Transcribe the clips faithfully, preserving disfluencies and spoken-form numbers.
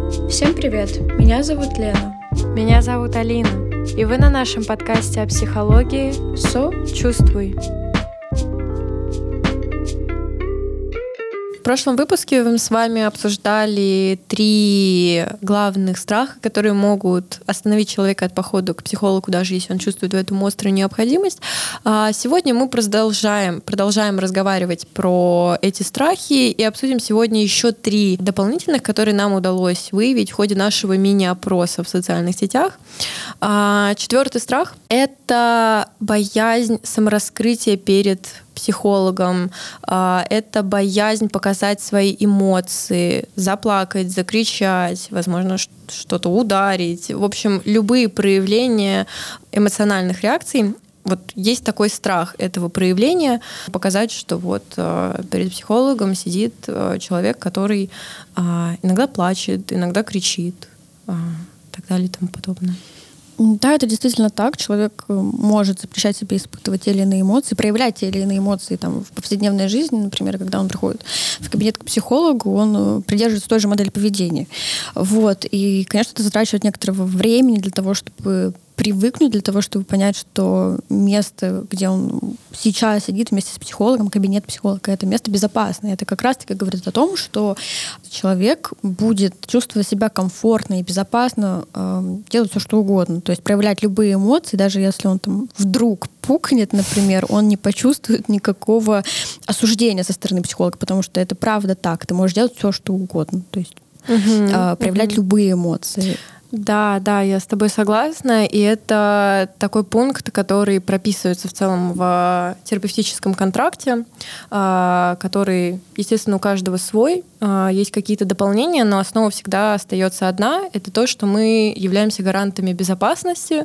Всем привет! Меня зовут Лена. Меня зовут Алина. И вы на нашем подкасте о психологии «Со-чувствуй». В прошлом выпуске мы с вами обсуждали три главных страха, которые могут остановить человека от похода к психологу, даже если он чувствует в этом острую необходимость. А сегодня мы продолжаем, продолжаем разговаривать про эти страхи и обсудим сегодня еще три дополнительных, которые нам удалось выявить в ходе нашего мини-опроса в социальных сетях. А четвертый страх — это боязнь самораскрытия перед психологом, это боязнь показать свои эмоции, заплакать, закричать, возможно, что-то ударить. В общем, любые проявления эмоциональных реакций. Вот есть такой страх этого проявления, показать, что вот перед психологом сидит человек, который иногда плачет, иногда кричит, и так далее и тому подобное. Да, это действительно так. Человек может запрещать себе испытывать те или иные эмоции, проявлять те или иные эмоции там, в повседневной жизни. Например, когда он приходит в кабинет к психологу, он придерживается той же модели поведения. Вот. И, конечно, это затрачивает некоторого времени для того, чтобы привыкнуть, для того, чтобы понять, что место, где он сейчас сидит вместе с психологом, кабинет психолога, это место безопасное. Это как раз-таки говорит о том, что человек будет чувствовать себя комфортно и безопасно, э, делать все, что угодно. То есть проявлять любые эмоции, даже если он там вдруг пукнет, например, он не почувствует никакого осуждения со стороны психолога, потому что это правда так. Ты можешь делать все, что угодно. То есть uh-huh, э, проявлять uh-huh. любые эмоции. Да, да, я с тобой согласна, и это такой пункт, который прописывается в целом в терапевтическом контракте, который, естественно, у каждого свой, есть какие-то дополнения, но основа всегда остается одна, это то, что мы являемся гарантами безопасности,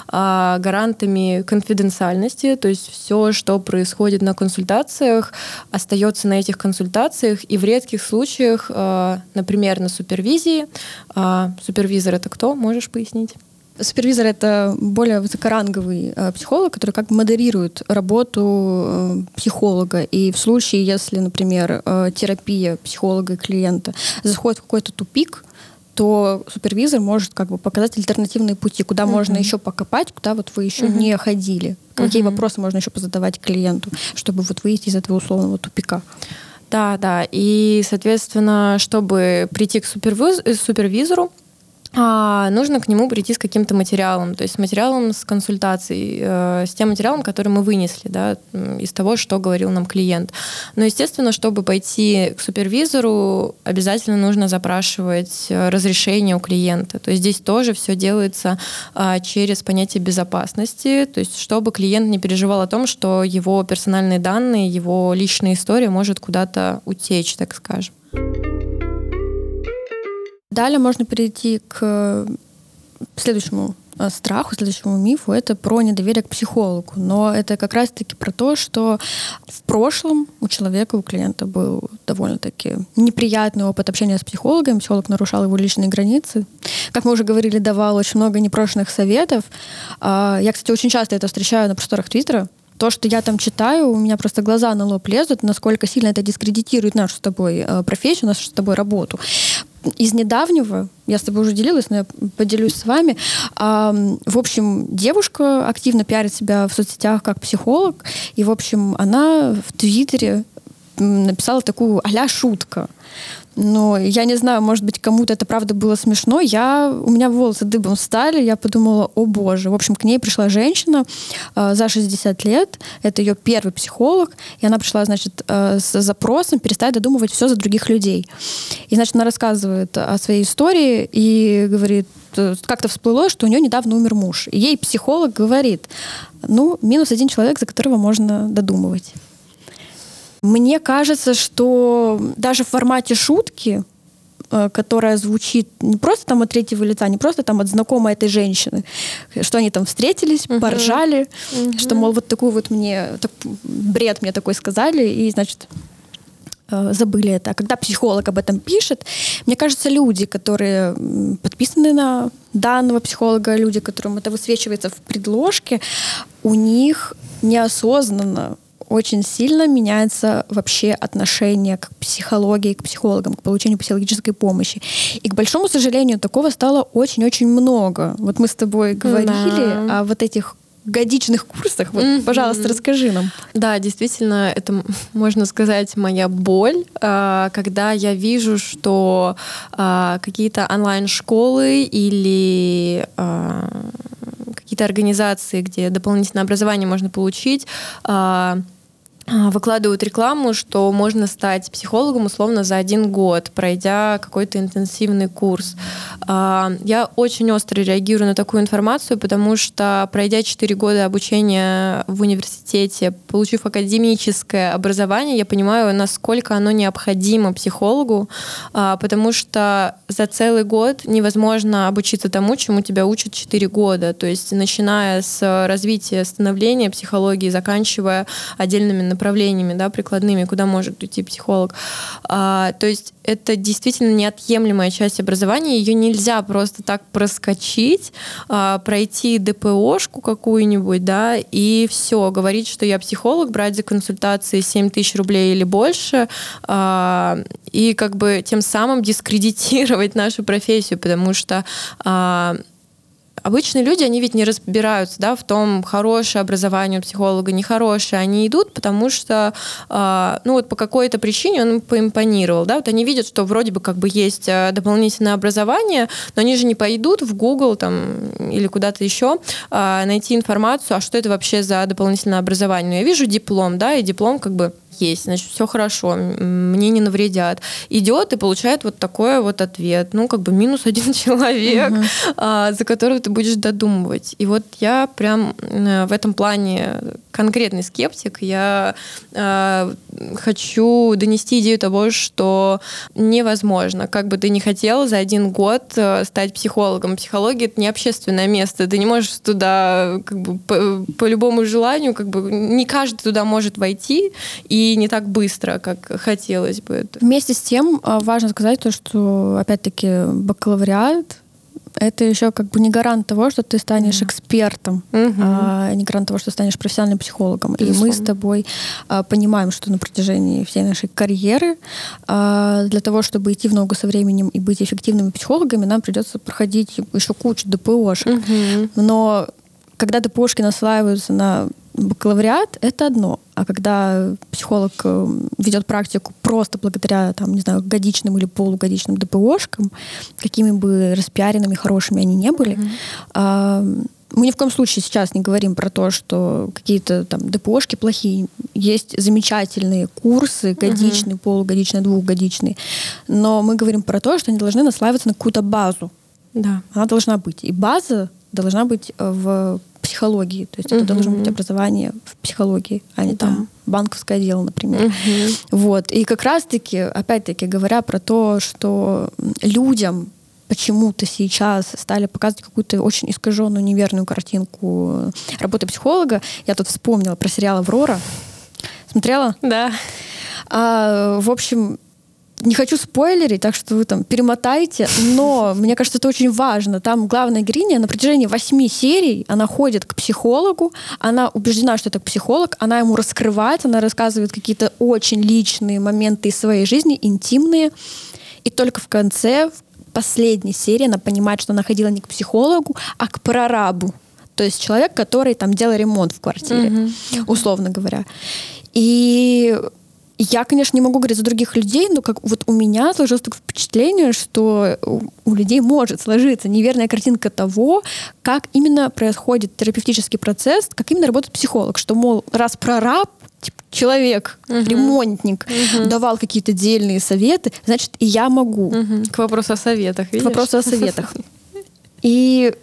гарантами конфиденциальности, то есть все, что происходит на консультациях, остается на этих консультациях, и в редких случаях, например, на супервизии, супервизор — это кто? Можешь пояснить? Супервизор — это более высокоранговый э, психолог, который как бы модерирует работу э, психолога. И в случае, если, например, э, терапия психолога и клиента заходит в какой-то тупик, то супервизор может как бы показать альтернативные пути, куда uh-huh. можно еще покопать, куда вот вы еще uh-huh. не ходили, какие uh-huh. вопросы можно еще позадавать клиенту, чтобы вот выйти из этого условного тупика. Да, да. И, соответственно, чтобы прийти к супервиз- супервизору, А, нужно к нему прийти с каким-то материалом, то есть с материалом с консультацией, э, с тем материалом, который мы вынесли, да, из того, что говорил нам клиент. Но, естественно, чтобы пойти к супервизору, обязательно нужно запрашивать разрешение у клиента. То есть здесь тоже все делается э, через понятие безопасности, то есть чтобы клиент не переживал о том, что его персональные данные, его личная история может куда-то утечь, так скажем. Далее можно перейти к следующему страху, следующему мифу. Это про недоверие к психологу. Но это как раз-таки про то, что в прошлом у человека, у клиента был довольно-таки неприятный опыт общения с психологом. Психолог нарушал его личные границы. Как мы уже говорили, давал очень много непрошенных советов. Я, кстати, очень часто это встречаю на просторах Твиттера. То, что я там читаю, у меня просто глаза на лоб лезут, насколько сильно это дискредитирует нашу с тобой профессию, нашу с тобой работу. Из недавнего, я с тобой уже делилась, но я поделюсь с вами. В общем, девушка активно пиарит себя в соцсетях как психолог, и, в общем, она в Твиттере написала такую а-ля шутка. Но я не знаю, может быть, кому-то это правда было смешно. Я, у меня волосы дыбом встали, я подумала, о боже. В общем, к ней пришла женщина э, за шестьдесят лет, это ее первый психолог, и она пришла, значит, э, с запросом перестать додумывать все за других людей. И, значит, она рассказывает о своей истории и говорит, как-то всплыло, что у нее недавно умер муж. И ей психолог говорит, ну, минус один человек, за которого можно додумывать. Мне кажется, что даже в формате шутки, которая звучит не просто там от третьего лица, не просто там от знакомой этой женщины, что они там встретились, uh-huh. поржали, uh-huh. что, мол, вот такую вот мне, так, бред мне такой сказали, и, значит, забыли это. А когда психолог об этом пишет, мне кажется, люди, которые подписаны на данного психолога, люди, которым это высвечивается в предложке, у них неосознанно очень сильно меняется вообще отношение к психологии, к психологам, к получению психологической помощи. И, к большому сожалению, такого стало очень-очень много. Вот мы с тобой говорили да. о вот этих годичных курсах. Вот, mm-hmm. пожалуйста, расскажи нам. Да, действительно, это, можно сказать, моя боль, когда я вижу, что какие-то онлайн-школы или какие-то организации, где дополнительное образование можно получить, выкладывают рекламу, что можно стать психологом условно за один год, пройдя какой-то интенсивный курс. Я очень остро реагирую на такую информацию, потому что, пройдя четыре года обучения в университете, получив академическое образование, я понимаю, насколько оно необходимо психологу, потому что за целый год невозможно обучиться тому, чему тебя учат четыре года. То есть начиная с развития, становления психологии, заканчивая отдельными направлениями, да, прикладными, куда может уйти психолог. А, то есть это действительно неотъемлемая часть образования, ее нельзя просто так проскочить, а, пройти ДПОшку какую-нибудь, да, и все, говорить, что я психолог, брать за консультации семь тысяч рублей или больше, а, и как бы тем самым дискредитировать нашу профессию, потому что а, обычные люди, они ведь не разбираются, да, в том, хорошее образование у психолога, нехорошее. Они идут, потому что, э, ну вот по какой-то причине он им поимпонировал, да, вот они видят, что вроде бы как бы есть дополнительное образование, но они же не пойдут в Google там или куда-то еще э, найти информацию, а что это вообще за дополнительное образование. Но я вижу диплом, да, и диплом как бы есть, значит, все хорошо, мне не навредят. Идет и получает вот такой вот ответ. Ну, как бы минус один человек, uh-huh. а, за которого ты будешь додумывать. И вот я прям в этом плане конкретный скептик. Я а, хочу донести идею того, что невозможно, как бы ты ни хотел, за один год стать психологом. Психология — это не общественное место. Ты не можешь туда как бы по, по любому желанию, как бы не каждый туда может войти, и И не так быстро, как хотелось бы. Вместе с тем важно сказать то, что, опять-таки, бакалавриат — это еще как бы не гарант того, что ты станешь mm-hmm. экспертом, mm-hmm. а не гарант того, что станешь профессиональным психологом. Безусловно. И мы с тобой а, понимаем, что на протяжении всей нашей карьеры а, для того, чтобы идти в ногу со временем и быть эффективными психологами, нам придется проходить еще кучу ДПОшек. Mm-hmm. Но когда ДПОшки наслаиваются на бакалавриат — это одно. А когда психолог ведет практику просто благодаря, там, не знаю, годичным или полугодичным ДПОшкам, какими бы распиаренными, хорошими они не были, mm-hmm. мы ни в коем случае сейчас не говорим про то, что какие-то там ДПОшки плохие. Есть замечательные курсы, годичные, mm-hmm. полугодичные, двухгодичные. Но мы говорим про то, что они должны наслаиваться на какую-то базу. Да. Она должна быть. И база должна быть в психологии. То есть uh-huh. это должно быть образование в психологии, а не да. там банковское дело, например. Uh-huh. Вот. И как раз-таки, опять-таки, говоря про то, что людям почему-то сейчас стали показывать какую-то очень искаженную, неверную картинку работы психолога, я тут вспомнила про сериал «Аврора». Смотрела? Да. А, в общем, не хочу спойлерить, так что вы там перемотайте, но мне кажется, это очень важно. Там главная героиня на протяжении восьми серий, она ходит к психологу, она убеждена, что это психолог, она ему раскрывает, она рассказывает какие-то очень личные моменты из своей жизни, интимные, и только в конце, в последней серии, она понимает, что она ходила не к психологу, а к прорабу. То есть человек, который там делал ремонт в квартире, mm-hmm. условно говоря. И я, конечно, не могу говорить за других людей, но как вот у меня сложилось такое впечатление, что у людей может сложиться неверная картинка того, как именно происходит терапевтический процесс, как именно работает психолог. Что, мол, раз прораб, типа, человек, uh-huh. ремонтник, uh-huh. давал какие-то дельные советы, значит, и я могу. Uh-huh. К вопросу о советах, видишь? К вопросу о советах. И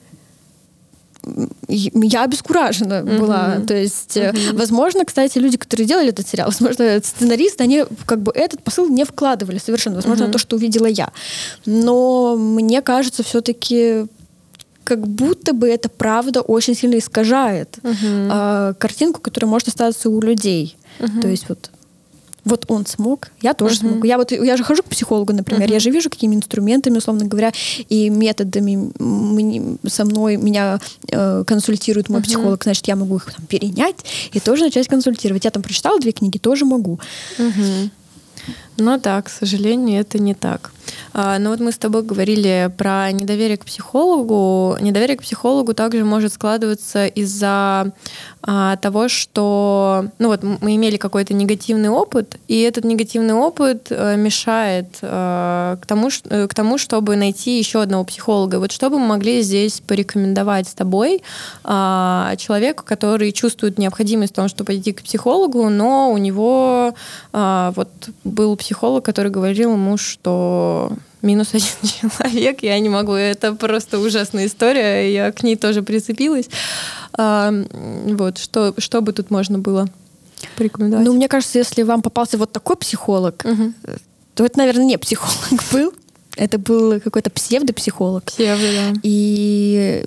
я обескуражена uh-huh. была. То есть, uh-huh. возможно, кстати, люди, которые делали этот сериал, возможно, сценаристы, они как бы этот посыл не вкладывали совершенно. Возможно, uh-huh. то, что увидела я. Но мне кажется, все-таки как будто бы это правда очень сильно искажает uh-huh. э, картинку, которая может остаться у людей. Uh-huh. То есть вот вот он смог, я тоже uh-huh. смогу. Я вот я же хожу к психологу, например, uh-huh. я же вижу, какими инструментами, условно говоря, и методами мне, со мной меня э, консультирует мой uh-huh. психолог, значит, я могу их там перенять и тоже начать консультировать. Я там прочитала две книги, тоже могу. Uh-huh. Но да, к сожалению, это не так. Но вот мы с тобой говорили про недоверие к психологу. Недоверие к психологу также может складываться из-за того, что ну вот мы имели какой-то негативный опыт, и этот негативный опыт мешает к тому, к тому, чтобы найти еще одного психолога. Вот что бы мы могли здесь порекомендовать с тобой человеку, который чувствует необходимость в том, чтобы пойти к психологу, но у него вот был психолог, который говорил ему, что минус один человек, я не могу, это просто ужасная история, я к ней тоже прицепилась. А, вот, что, что бы тут можно было порекомендовать? Ну, мне кажется, если вам попался вот такой психолог, угу. то это, наверное, не психолог был, это был какой-то псевдопсихолог. Псевдо, да. И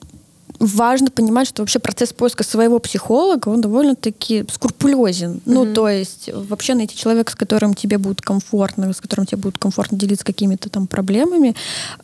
важно понимать, что вообще процесс поиска своего психолога, он довольно-таки скрупулезен. Mm-hmm. Ну, то есть вообще найти человека, с которым тебе будет комфортно, с которым тебе будет комфортно делиться какими-то там проблемами,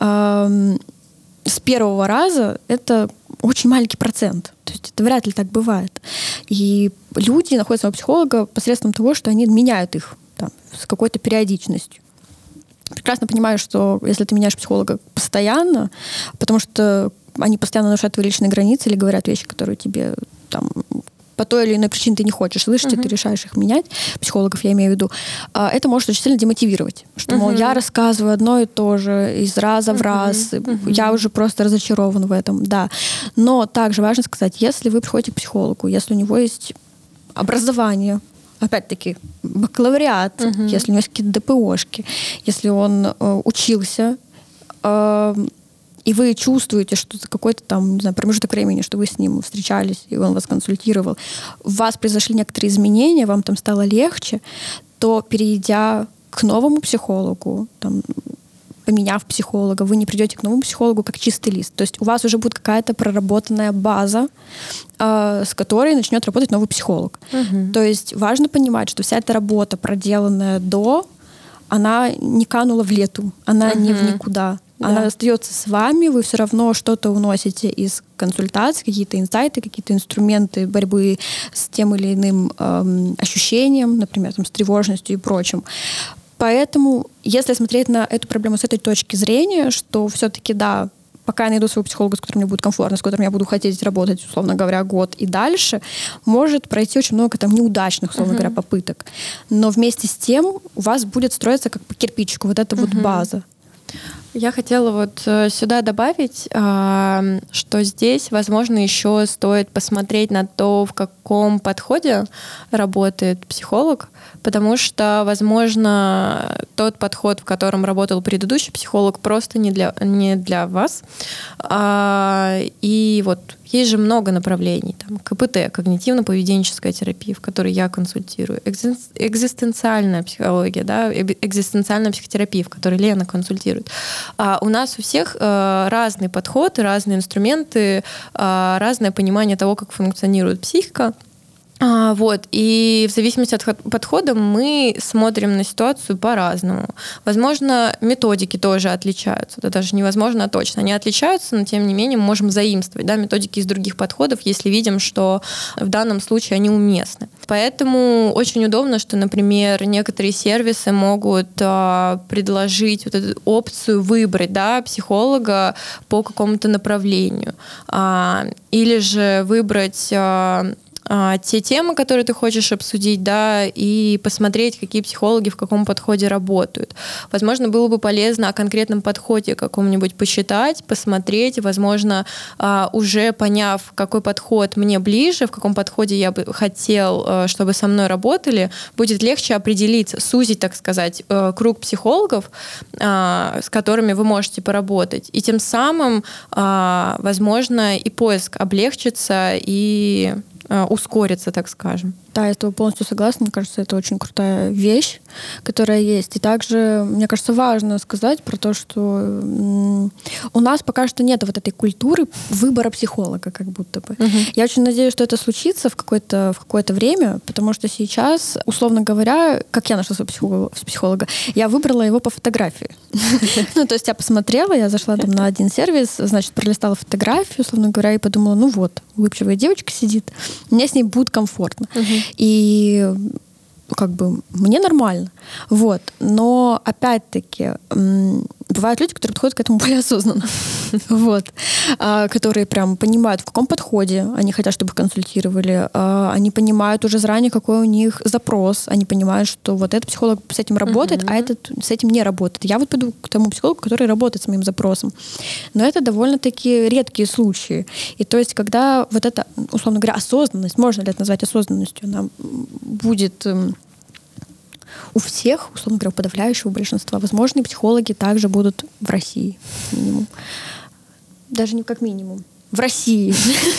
э- с первого раза это очень маленький процент. То есть это вряд ли так бывает. И люди находят своего психолога посредством того, что они меняют их там, с какой-то периодичностью. Прекрасно понимаю, что если ты меняешь психолога постоянно, потому что они постоянно нарушают твои личные границы или говорят вещи, которые тебе там, по той или иной причине ты не хочешь слышать, uh-huh. и ты решаешь их менять, психологов я имею в виду, это может очень сильно демотивировать. Что, мол, uh-huh. я рассказываю одно и то же из раза uh-huh. в раз, uh-huh. я уже просто разочарован в этом, да. Но также важно сказать, если вы приходите к психологу, если у него есть образование, опять-таки, бакалавриат, uh-huh. если у него есть какие-то ДПОшки, если он э, учился, э, и вы чувствуете, что за какой-то там, не знаю, промежуток времени, что вы с ним встречались, и он вас консультировал, у вас произошли некоторые изменения, вам там стало легче, то, перейдя к новому психологу, там, поменяв психолога, вы не придете к новому психологу как чистый лист. То есть у вас уже будет какая-то проработанная база, э, с которой начнет работать новый психолог. Угу. То есть важно понимать, что вся эта работа, проделанная до, она не канула в лету, она угу. не в никуда. Да. Она остается с вами, вы все равно что-то уносите из консультаций, какие-то инсайты, какие-то инструменты борьбы с тем или иным эм, ощущением, например, там, с тревожностью и прочим. Поэтому, если смотреть на эту проблему с этой точки зрения, что все-таки, да, пока я найду своего психолога, с которым мне будет комфортно, с которым я буду хотеть работать, условно говоря, год и дальше, может пройти очень много там неудачных, условно uh-huh. говоря, попыток. Но вместе с тем у вас будет строиться как по кирпичику вот эта uh-huh. вот база. Я хотела вот сюда добавить, что здесь, возможно, еще стоит посмотреть на то, в каком подходе работает психолог, потому что, возможно, тот подход, в котором работал предыдущий психолог, просто не для, не для вас. И вот есть же много направлений. Там, КПТ, когнитивно-поведенческая терапия, в которой я консультирую. Экзистенциальная психология, да, экзистенциальная психотерапия, в которой Лена консультирует. А у нас у всех а, разный подход, разные инструменты, а, разное понимание того, как функционирует психика. А, вот, и в зависимости от подхода мы смотрим на ситуацию по-разному. Возможно, методики тоже отличаются. Это даже невозможно, а точно. Они отличаются, но тем не менее мы можем заимствовать, да, методики из других подходов, если видим, что в данном случае они уместны. Поэтому очень удобно, что, например, некоторые сервисы могут а, предложить вот эту опцию выбрать, да, психолога по какому-то направлению. А, или же выбрать... А, те темы, которые ты хочешь обсудить, да, и посмотреть, какие психологи в каком подходе работают. Возможно, было бы полезно о конкретном подходе каком-нибудь почитать, посмотреть, возможно, уже поняв, какой подход мне ближе, в каком подходе я бы хотел, чтобы со мной работали, будет легче определиться, сузить, так сказать, круг психологов, с которыми вы можете поработать. И тем самым, возможно, и поиск облегчится, и ускориться, так скажем. Да, я с тобой полностью согласна. Мне кажется, это очень крутая вещь, которая есть. И также, мне кажется, важно сказать про то, что у нас пока что нет вот этой культуры выбора психолога, как будто бы. Угу. Я очень надеюсь, что это случится в какое-то, в какое-то время, потому что сейчас, условно говоря, как я нашла своего психолога, психолога я выбрала его по фотографии. Ну, то есть я посмотрела, я зашла там на один сервис, значит, пролистала фотографию, условно говоря, и подумала, ну вот, улыбчивая девочка сидит, мне с ней будет комфортно. И как бы мне нормально. Вот. Но опять-таки бывают люди, которые подходят к этому более осознанно. Вот. Которые прям понимают, в каком подходе они хотят, чтобы их консультировали. Они понимают уже заранее, какой у них запрос. Они понимают, что вот этот психолог с этим работает, а этот с этим не работает. Я вот пойду к тому психологу, который работает с моим запросом. Но это довольно-таки редкие случаи. И то есть, когда вот эта, условно говоря, осознанность, можно ли это назвать осознанностью, она будет у всех, условно говоря, у подавляющего большинства. Возможно, психологи также будут в России, минимум. Даже не как минимум. В России.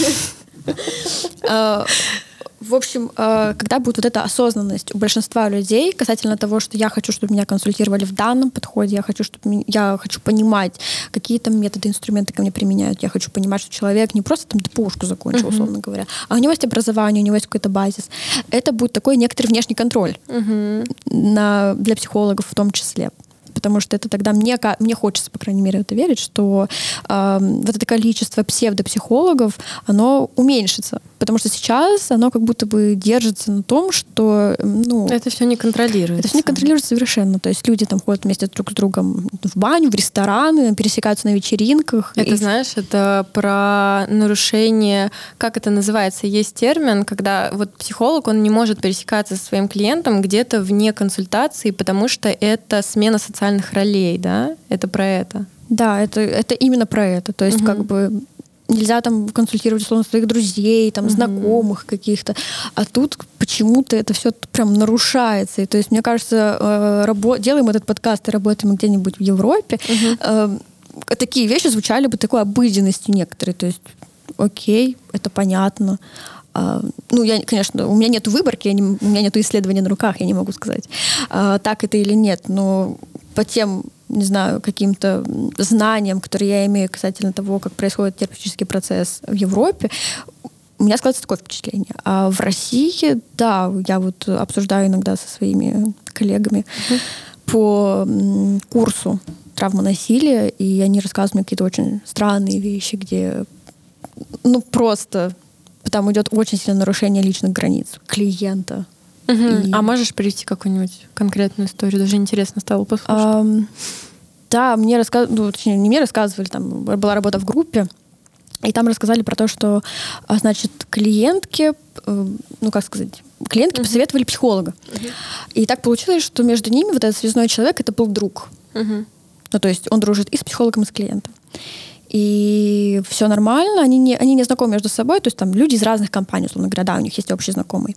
В общем, когда будет вот эта осознанность у большинства людей касательно того, что я хочу, чтобы меня консультировали в данном подходе, я хочу, чтобы я хочу понимать, какие там методы, инструменты ко мне применяют, я хочу понимать, что человек не просто там ДПУшку закончил, uh-huh. условно говоря, а у него есть образование, у него есть какой-то базис. Это будет такой некоторый внешний контроль uh-huh. на, для психологов в том числе. Потому что это тогда мне, мне хочется, по крайней мере, это верить, что э, вот это количество псевдопсихологов, оно уменьшится. Потому что сейчас оно как будто бы держится на том, что... Ну, это все не контролируется. Это все не контролируется совершенно. То есть люди там ходят вместе друг с другом в баню, в рестораны, пересекаются на вечеринках. Это, и... знаешь, это про нарушение... Как это называется? Есть термин, когда вот психолог, он не может пересекаться со своим клиентом где-то вне консультации, потому что это смена социальных ролей, да? Это про это. Да, это, это именно про это. То есть угу. как бы... Нельзя там консультировать, условно, своих друзей, там, mm-hmm. знакомых каких-то. А тут почему-то это все прям нарушается. И то есть, мне кажется, э, рабо- делаем этот подкаст и работаем где-нибудь в Европе, mm-hmm. э, такие вещи звучали бы такой обыденностью некоторые. То есть, окей, это понятно. А, ну, я, конечно, у меня нет выборки, я не, у меня нет исследования на руках, я не могу сказать, а, так это или нет. Но по тем... не знаю, каким-то знаниям, которые я имею касательно того, как происходит терапевтический процесс в Европе, у меня складывается такое впечатление. А в России, да, я вот обсуждаю иногда со своими коллегами uh-huh. по м, курсу травма насилия, и они рассказывают мне какие-то очень странные вещи, где ну просто там идет очень сильное нарушение личных границ клиента. Uh-huh. И... А можешь привести какую-нибудь конкретную историю? Даже интересно стало послушать. Um, да, мне рассказывали, ну, точнее, не мне рассказывали, там была работа в группе, и там рассказали про то, что, значит, клиентки, ну, как сказать, клиентки uh-huh. посоветовали психолога. Uh-huh. И так получилось, что между ними вот этот связной человек, это был друг. Uh-huh. Ну, то есть он дружит и с психологом, и с клиентом. И все нормально, они не, они не знакомы между собой, то есть там люди из разных компаний, условно говоря, да, у них есть общий знакомый.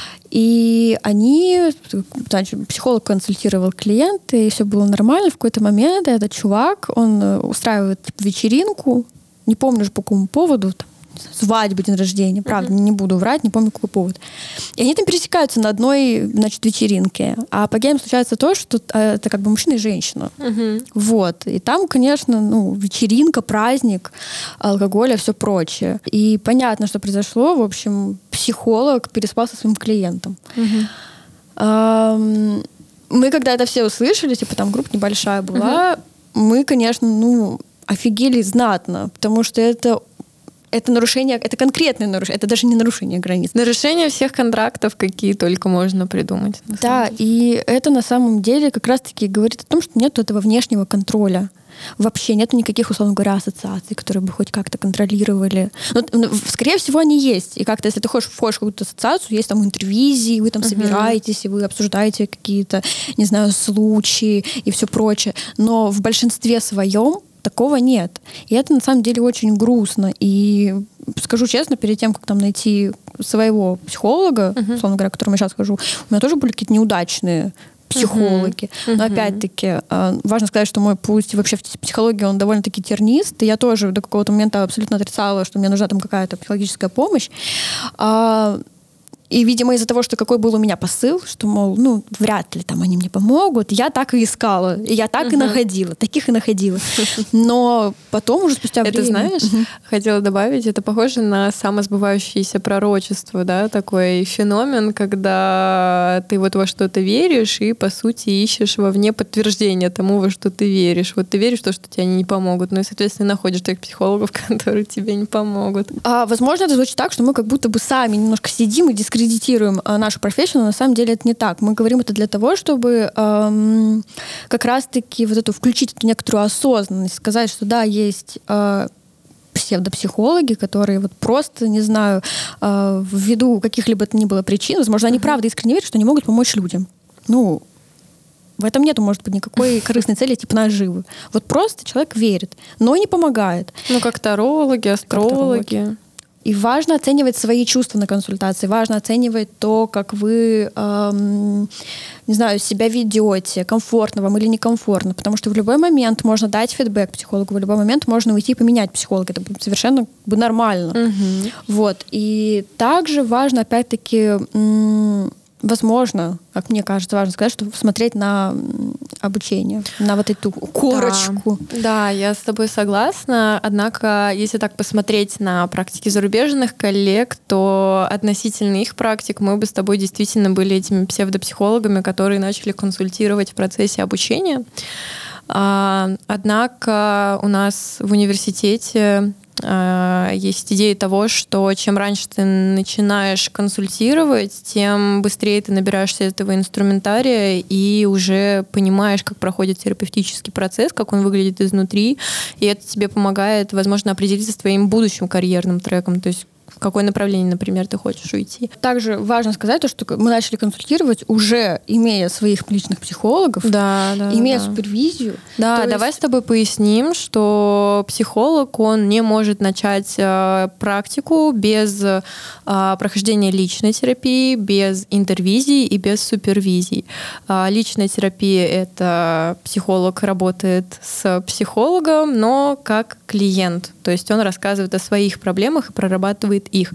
И они, значит, психолог консультировал клиента, и все было нормально. В какой-то момент этот чувак, он устраивает вечеринку, не помню уже по какому поводу, там, свадьба, день рождения, правда, uh-huh. не буду врать, не помню какой повод. И они там пересекаются на одной, значит, вечеринке. А по геям случается то, что это как бы мужчина и женщина. Uh-huh. Вот. И там, конечно, ну, вечеринка, праздник, алкоголь и все прочее. И понятно, что произошло. В общем, психолог переспал со своим клиентом. Uh-huh. Um, мы, когда это все услышали, типа там группа небольшая была, uh-huh. мы, конечно, ну, офигели знатно, потому что это Это нарушение, это конкретное нарушение, это даже не нарушение границ. Нарушение всех контрактов, какие только можно придумать. Да, и это на самом деле как раз-таки говорит о том, что нет этого внешнего контроля. Вообще нет никаких, условно говоря, ассоциаций, которые бы хоть как-то контролировали. Но, скорее всего, они есть. И как-то, если ты хочешь, входишь в какую-то ассоциацию, есть там интервизии, вы там uh-huh. собираетесь, и вы обсуждаете какие-то, не знаю, случаи и все прочее. Но в большинстве своем такого нет. И это на самом деле очень грустно. И скажу честно, перед тем, как там найти своего психолога, uh-huh. условно говоря, к которому я сейчас хожу, у меня тоже были какие-то неудачные психологи. Uh-huh. Но опять-таки важно сказать, что мой путь вообще в психологии, он довольно-таки тернист. И я тоже до какого-то момента абсолютно отрицала, что мне нужна там какая-то психологическая помощь. И, видимо, из-за того, что какой был у меня посыл, что, мол, ну, вряд ли там они мне помогут, я так и искала, и я так uh-huh. и находила, таких и находила. Но потом уже спустя время... Это, знаешь, uh-huh. хотела добавить, это похоже на самосбывающееся пророчество, да, такой феномен, когда ты вот во что-то веришь и, по сути, ищешь вовне подтверждение тому, во что ты веришь. Вот ты веришь в то, что тебе они не помогут, ну и, соответственно, находишь тех психологов, которые тебе не помогут. А, возможно, это звучит так, что мы как будто бы сами немножко сидим и дискредитируем дискредитируем нашу профессию, но на самом деле это не так. Мы говорим это для того, чтобы эм, как раз-таки вот эту включить эту некоторую осознанность, сказать, что да, есть э, псевдопсихологи, которые вот просто, не знаю, э, ввиду каких-либо то ни было причин, возможно, они uh-huh. правда искренне верят, что они могут помочь людям. Ну, в этом нету, может быть, никакой корыстной цели, типа наживы. Вот просто человек верит, но не помогает. Ну, как тарологи, астрологи. Как тарологи. И важно оценивать свои чувства на консультации, важно оценивать то, как вы, эм, не знаю, себя ведете, комфортно вам или некомфортно, потому что в любой момент можно дать фидбэк психологу, в любой момент можно уйти и поменять психолога, это совершенно бы нормально. Угу. Вот. И также важно, опять-таки, м- возможно, как мне кажется, важно сказать, что смотреть на обучение, на вот эту корочку. Да, да, я с тобой согласна. Однако, если так посмотреть на практики зарубежных коллег, то относительно их практик мы бы с тобой действительно были этими псевдопсихологами, которые начали консультировать в процессе обучения. Однако у нас в университете есть идея того, что чем раньше ты начинаешь консультировать, тем быстрее ты набираешься этого инструментария и уже понимаешь, как проходит терапевтический процесс, как он выглядит изнутри, и это тебе помогает, возможно, определиться с твоим будущим карьерным треком, то есть в какое направление, например, ты хочешь уйти. Также важно сказать, что мы начали консультировать, уже имея своих личных психологов, да, да, имея да. супервизию. Да, То давай есть... с тобой поясним, что психолог, он не может начать э, практику без э, прохождения личной терапии, без интервизий и без супервизий. Э, личная терапия — это психолог работает с психологом, но как клиент, то есть он рассказывает о своих проблемах и прорабатывает их.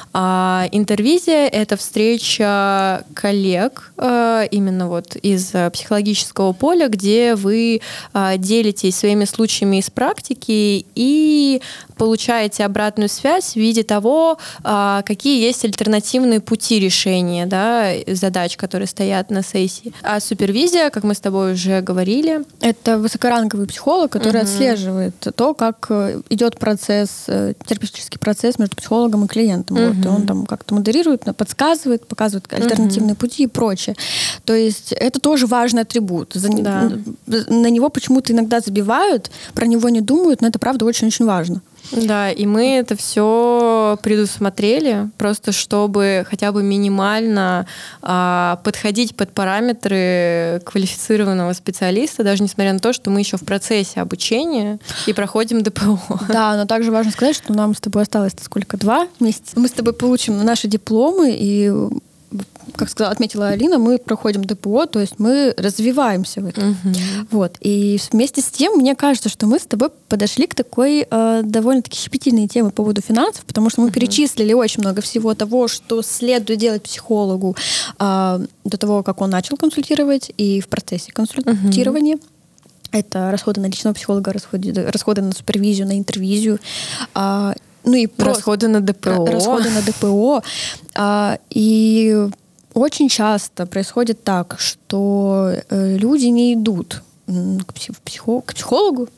А интервизия — это встреча коллег э, именно вот из психологического поля, где вы э, делитесь своими случаями из практики и получаете обратную связь в виде того, э, какие есть альтернативные пути решения, да, задач, которые стоят на сессии. А супервизия, как мы с тобой уже говорили, это высокоранговый психолог, который угу. отслеживает то, как идет процесс, терапевтический процесс между психологом и клиентом. Uh-huh. Вот, и он там как-то модерирует, подсказывает, показывает альтернативные uh-huh. пути и прочее. То есть это тоже важный атрибут. За, да. На него почему-то иногда забивают, про него не думают, но это правда очень-очень важно. Да, и мы это все предусмотрели, просто чтобы хотя бы минимально а, подходить под параметры квалифицированного специалиста, даже несмотря на то, что мы еще в процессе обучения и проходим ДПО. Да, но также важно сказать, что нам с тобой осталось сколько? Два месяца. Мы с тобой получим наши дипломы, и, как сказала, отметила Алина, мы проходим ДПО, то есть мы развиваемся в этом. Угу. Вот. И вместе с тем, мне кажется, что мы с тобой подошли к такой э, довольно-таки щепетильной теме по поводу финансов, потому что мы угу. перечислили очень много всего того, что следует делать психологу э, до того, как он начал консультировать, и в процессе консультирования. Угу. Это расходы на личного психолога, расходы, расходы на супервизию, на интервизию, э, ну и расходы на ДПО. Расходы на ДПО. Э, и очень часто происходит так, что э, люди не идут к, психо- к психологу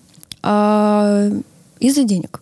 а, из-за денег.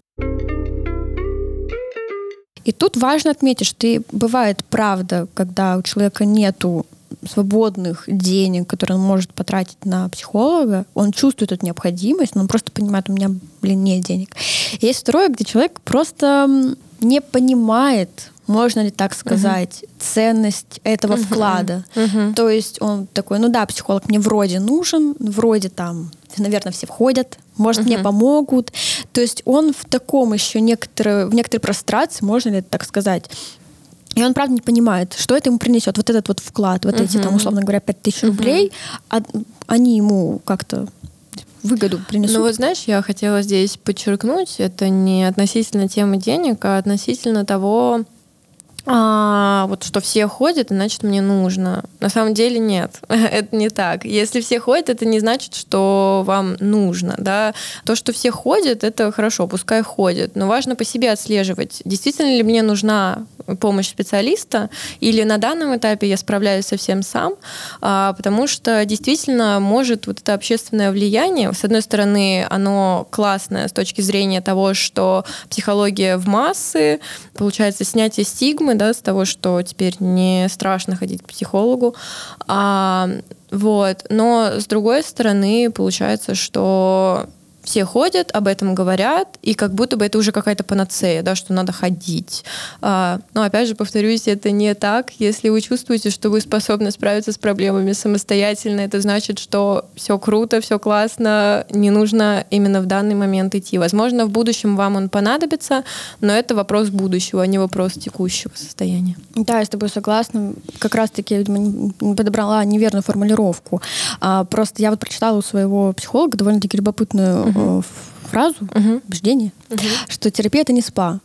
И тут важно отметить, что и бывает правда, когда у человека нету свободных денег, которые он может потратить на психолога, он чувствует эту необходимость, но он просто понимает, у меня, блин, нет денег. И есть второе, где человек просто не понимает, можно ли так сказать, uh-huh. ценность этого uh-huh. вклада. Uh-huh. То есть он такой, ну да, психолог мне вроде нужен, вроде там, наверное, все входят, может, uh-huh. мне помогут. То есть он в таком еще некоторой, в некоторой прострации, можно ли так сказать. И он, правда, не понимает, что это ему принесет. Вот этот вот вклад, вот uh-huh. эти, там, условно говоря, пять тысяч uh-huh. рублей, а, они ему как-то выгоду принесут. Ну вот знаешь, я хотела здесь подчеркнуть, это не относительно темы денег, а относительно того, а, вот что все ходят, значит, мне нужно. На самом деле нет, это не так. Если все ходят, это не значит, что вам нужно. Да? То, что все ходят, это хорошо, пускай ходят. Но важно по себе отслеживать, действительно ли мне нужна помощь специалиста, или на данном этапе я справляюсь совсем сам, а, потому что действительно может вот это общественное влияние, с одной стороны, оно классное с точки зрения того, что психология в массы, получается снятие стигмы, да, с того, что теперь не страшно ходить к психологу. А, вот. Но с другой стороны, получается, что все ходят, об этом говорят, и как будто бы это уже какая-то панацея, да, что надо ходить. А, но опять же, повторюсь, это не так. Если вы чувствуете, что вы способны справиться с проблемами самостоятельно, это значит, что все круто, все классно, не нужно именно в данный момент идти. Возможно, в будущем вам он понадобится, но это вопрос будущего, а не вопрос текущего состояния. Да, я с тобой согласна. Как раз-таки я, видимо, подобрала неверную формулировку. А, просто я вот прочитала у своего психолога довольно-таки любопытную uh-huh. фразу, uh-huh. убеждение, uh-huh. что терапия — это не спа.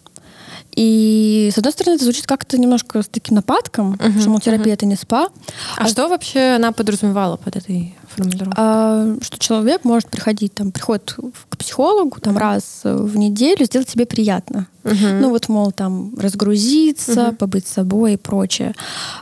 И, с одной стороны, это звучит как-то немножко с таким нападком, uh-huh. что, мол, терапия uh-huh. — это не спа. А, а что вообще она подразумевала под этой формулировкой? А, что человек может приходить, там, приходит к психологу там, uh-huh. раз в неделю, сделать себе приятно. Uh-huh. Ну вот, мол, там, разгрузиться, uh-huh. побыть собой и прочее.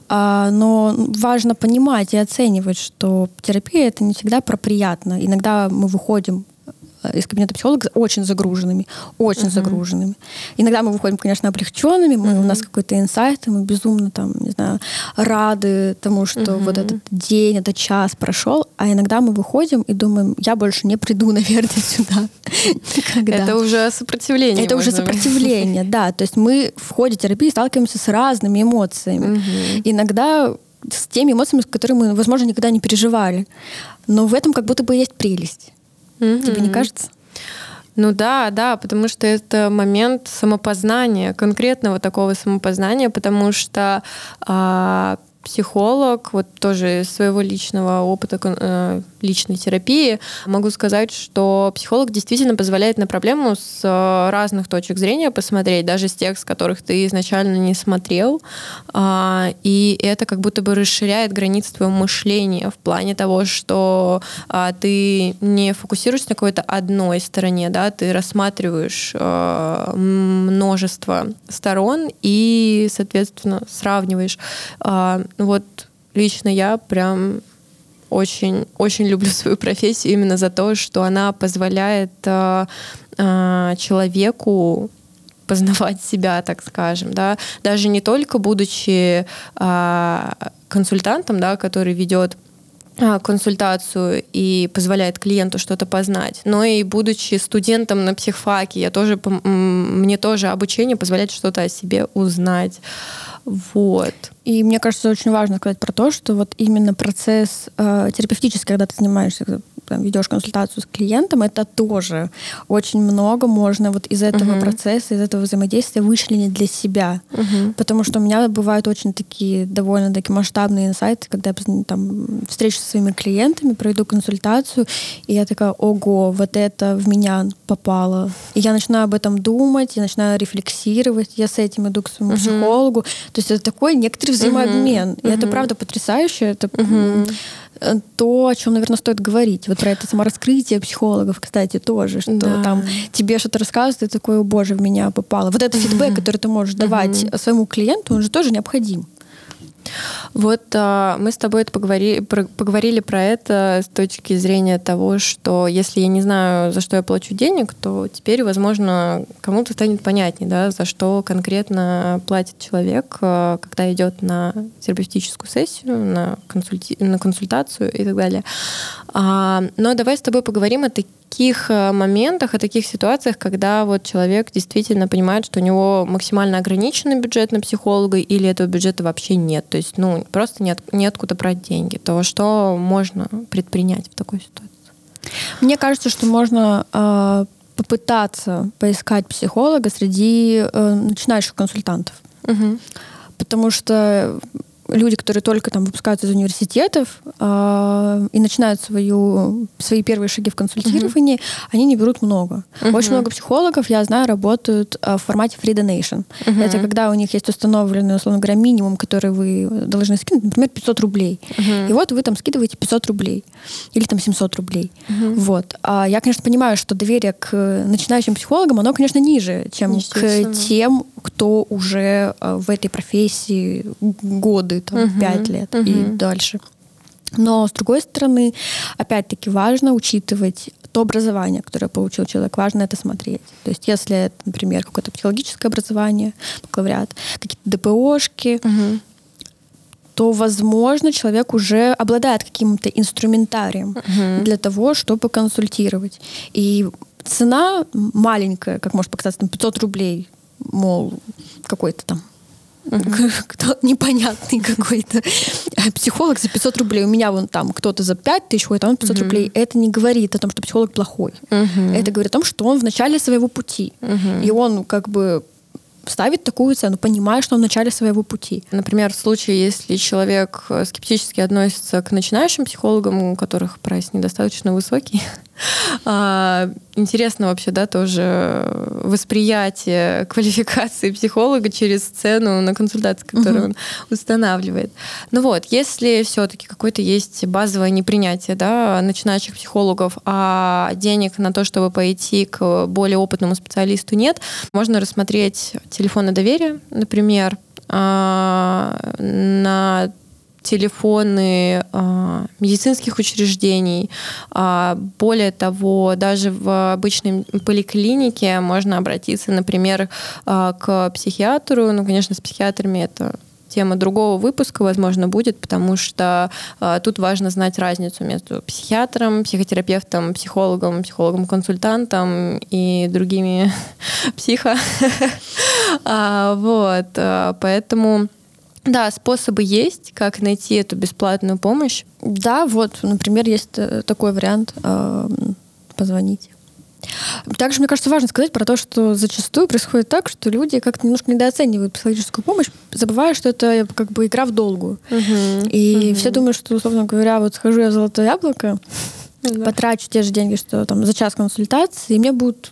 А, но важно понимать и оценивать, что терапия — это не всегда про приятно. Иногда мы выходим из кабинета психолога очень загруженными, очень uh-huh. загруженными. Иногда мы выходим, конечно, облегченными, мы, uh-huh. у нас какой-то инсайт, мы безумно там, не знаю, рады тому, что uh-huh. вот этот день, этот час прошел, а иногда мы выходим и думаем, я больше не приду, наверное, сюда никогда. Это уже сопротивление. Это уже сопротивление, да. То есть мы в ходе терапии сталкиваемся с разными эмоциями. Uh-huh. Иногда с теми эмоциями, с которыми мы, возможно, никогда не переживали. Но в этом как будто бы есть прелесть. Mm-hmm. Тебе не кажется? Ну да, да, потому что это момент самопознания, конкретного такого самопознания, потому что а, психолог, вот тоже из своего личного опыта э, личной терапии, могу сказать, что психолог действительно позволяет на проблему с разных точек зрения посмотреть, даже с тех, с которых ты изначально не смотрел. А, и это как будто бы расширяет границы твоего мышления в плане того, что а, ты не фокусируешься на какой-то одной стороне, да, ты рассматриваешь а, множество сторон и, соответственно, сравниваешь. А, вот лично я прям очень, очень люблю свою профессию именно за то, что она позволяет э, э, человеку познавать себя, так скажем, да, даже не только будучи э, консультантом, да, который ведет консультацию и позволяет клиенту что-то познать, но и будучи студентом на психфаке, я тоже, мне тоже обучение позволяет что-то о себе узнать. Вот. И мне кажется, очень важно сказать про то, что вот именно процесс э, терапевтический, когда ты занимаешься, там, ведешь консультацию с клиентом, это тоже очень много можно вот из этого uh-huh. процесса, из этого взаимодействия вычленить для себя. Uh-huh. Потому что у меня бывают очень такие довольно-таки масштабные инсайты, когда я там встречусь со своими клиентами, пройду консультацию, и я такая, ого, вот это в меня попало. И я начинаю об этом думать, я начинаю рефлексировать, я с этим иду к своему uh-huh. психологу. То есть это такой некоторый взаимообмен. Uh-huh. И uh-huh. это правда потрясающе. Это uh-huh. то, о чем, наверное, стоит говорить. Вот про это самораскрытие психологов, кстати, тоже, что да. там тебе что-то рассказывают, ты такой, о боже, в меня попало. Вот этот uh-huh. фидбэк, который ты можешь давать uh-huh. своему клиенту, он же тоже необходим. Вот а, мы с тобой это поговори, про, поговорили про это с точки зрения того, что если я не знаю, за что я плачу денег, то теперь, возможно, кому-то станет понятнее, да, за что конкретно платит человек, когда идет на терапевтическую сессию, на, консульти... на консультацию и так далее. А, но давай с тобой поговорим о таких моментах, о таких ситуациях, когда вот человек действительно понимает, что у него максимально ограниченный бюджет на психолога или этого бюджета вообще нет. То есть, ну, просто нет, неоткуда брать деньги. То что можно предпринять в такой ситуации? Мне кажется, что можно э, попытаться поискать психолога среди э, начинающих консультантов. Угу. Потому что люди, которые только там выпускаются из университетов э, и начинают свою, свои первые шаги в консультировании, uh-huh. они не берут много. Uh-huh. Очень много психологов, я знаю, работают э, в формате free donation. Uh-huh. Это когда у них есть установленный, условно говоря, минимум, который вы должны скинуть, например, пятьсот рублей. Uh-huh. И вот вы там скидываете пятьсот рублей или там семьсот рублей. Uh-huh. Вот. А я, конечно, понимаю, что доверие к начинающим психологам, оно, конечно, ниже, чем к тем, кто уже э, в этой профессии годы, там, uh-huh. пять лет uh-huh. и дальше. Но, с другой стороны, опять-таки, важно учитывать то образование, которое получил человек, важно это смотреть. То есть если это, например, какое-то психологическое образование, бакалавриат, какие-то ДПОшки, uh-huh. то, возможно, человек уже обладает каким-то инструментарием uh-huh. для того, чтобы консультировать. И цена маленькая, как может показаться, там, пятьсот рублей, мол, какой-то там uh-huh. кто непонятный какой-то психолог за пятьсот рублей. У меня вон там кто-то за пять тысяч ходит, а он пятьсот uh-huh. рублей. Это не говорит о том, что психолог плохой. Uh-huh. Это говорит о том, что он в начале своего пути. Uh-huh. И он как бы ставит такую цену, понимая, что он в начале своего пути. Например, в случае, если человек скептически относится к начинающим психологам, у которых прайс недостаточно высокий, интересно вообще, да, тоже восприятие квалификации психолога через цену на консультацию, которую uh-huh. он устанавливает. Ну вот, если все-таки какое-то есть базовое непринятие, да, начинающих психологов, а денег на то, чтобы пойти к более опытному специалисту нет, можно рассмотреть телефоны доверия, например, на телефоны э, медицинских учреждений. Э, более того, даже в обычной поликлинике можно обратиться, например, э, к психиатру. Ну, конечно, с психиатрами это тема другого выпуска, возможно, будет, потому что э, тут важно знать разницу между психиатром, психотерапевтом, психологом, психологом-консультантом и другими психо. Вот, поэтому... Да, способы есть, как найти эту бесплатную помощь. Да, вот, например, есть такой вариант э, позвонить. Также, мне кажется, важно сказать про то, что зачастую происходит так, что люди как-то немножко недооценивают психологическую помощь, забывая, что это как бы игра в долгую. Uh-huh. И uh-huh. все думают, что, условно говоря, вот схожу я в «Золотое яблоко», uh-huh. потрачу те же деньги, что там за час консультации, и мне будут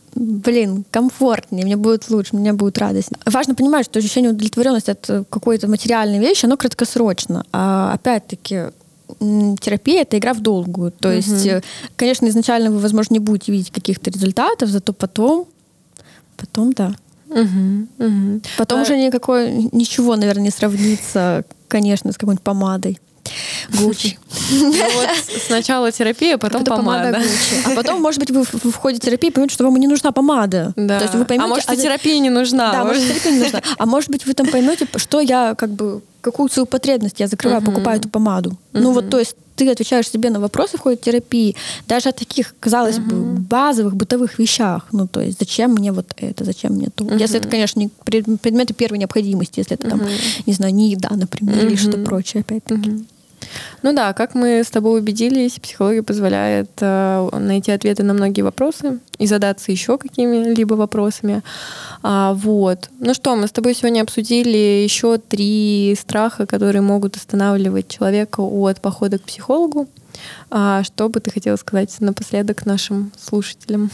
блин, комфортнее, мне будет лучше, мне будет радостнее. Важно понимать, что ощущение удовлетворенности от какой-то материальной вещи, оно краткосрочно. А опять-таки, терапия — это игра в долгую. То uh-huh. есть, конечно, изначально вы, возможно, не будете видеть каких-то результатов, зато потом, потом, да. Uh-huh. Uh-huh. Потом а... уже никакой, ничего, наверное, не сравнится, конечно, с какой-нибудь помадой. Гуччи. Ну вот сначала терапия, потом помада. помада а потом, может быть, вы в ходе терапии поймете, что вам и не нужна помада. Да. То есть вы поймете, а может, а и терапия не нужна. Да, может, терапия не нужна. А может быть, вы там поймете, что я как бы, какую свою потребность я закрываю, uh-huh. покупаю эту помаду. Uh-huh. Ну вот, то есть ты отвечаешь себе на вопросы в ходе терапии, даже о таких, казалось uh-huh. бы, базовых бытовых вещах. Ну, то есть зачем мне вот это, зачем мне то. Uh-huh. Если это, конечно, не предметы первой необходимости, если это uh-huh. там, не знаю, не еда, например, uh-huh. или что-то прочее, опять-таки. Uh-huh. Ну да, как мы с тобой убедились, психология позволяет э, найти ответы на многие вопросы и задаться еще какими-либо вопросами. А, вот. Ну что, мы с тобой сегодня обсудили еще три страха, которые могут останавливать человека от похода к психологу. А, что бы ты хотела сказать напоследок нашим слушателям?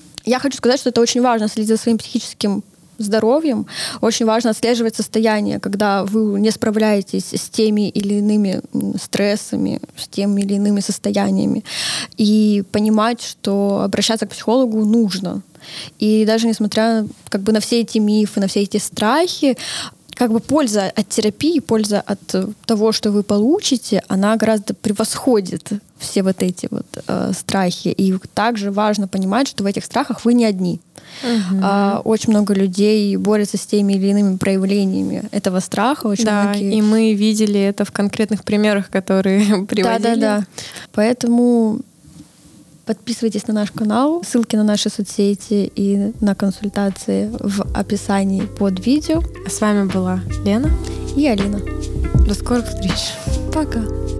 Я хочу сказать, что это очень важно следить за своим психическим здоровьем. Очень важно отслеживать состояние, когда вы не справляетесь с теми или иными стрессами, с теми или иными состояниями. И понимать, что обращаться к психологу нужно. И даже несмотря как бы, на все эти мифы, на все эти страхи, как бы польза от терапии, польза от того, что вы получите, она гораздо превосходит все вот эти вот э, страхи. И также важно понимать, что в этих страхах вы не одни. Угу. А, очень много людей борются с теми или иными проявлениями этого страха. Очень да, многие... и мы видели это в конкретных примерах, которые приводили. Да-да-да. Поэтому подписывайтесь на наш канал, ссылки на наши соцсети и на консультации в описании под видео. С вами была Лена и Алина. До скорых встреч. Пока.